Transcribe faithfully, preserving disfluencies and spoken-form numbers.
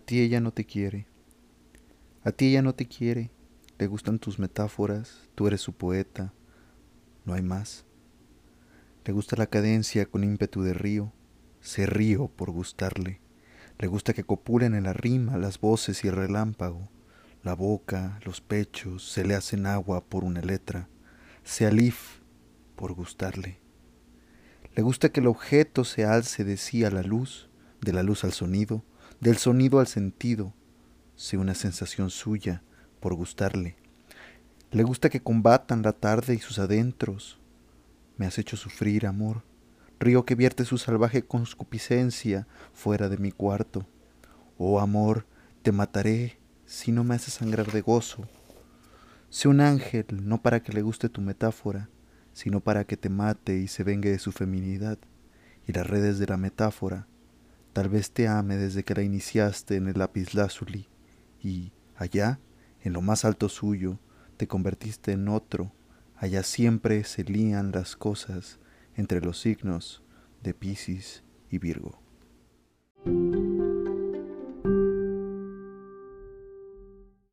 ti ella no te quiere, a ti ella no te quiere, le gustan tus metáforas, tú eres su poeta, no hay más. Le gusta la cadencia con ímpetu de río, se río por gustarle. Le gusta que copulen en la rima las voces y el relámpago. La boca, los pechos, se le hacen agua por una letra. Se alif por gustarle. Le gusta que el objeto se alce de sí a la luz, de la luz al sonido, del sonido al sentido, sea una sensación suya por gustarle. Le gusta que combatan la tarde y sus adentros. Me has hecho sufrir, amor. Río que vierte su salvaje concupiscencia fuera de mi cuarto. Oh amor, te mataré si no me haces sangrar de gozo. Sé un ángel, no para que le guste tu metáfora, sino para que te mate y se vengue de su feminidad y las redes de la metáfora. Tal vez te ame desde que la iniciaste en el lapislázuli y, allá, en lo más alto suyo, te convertiste en otro. Allá siempre se lían las cosas entre los signos de Piscis y Virgo.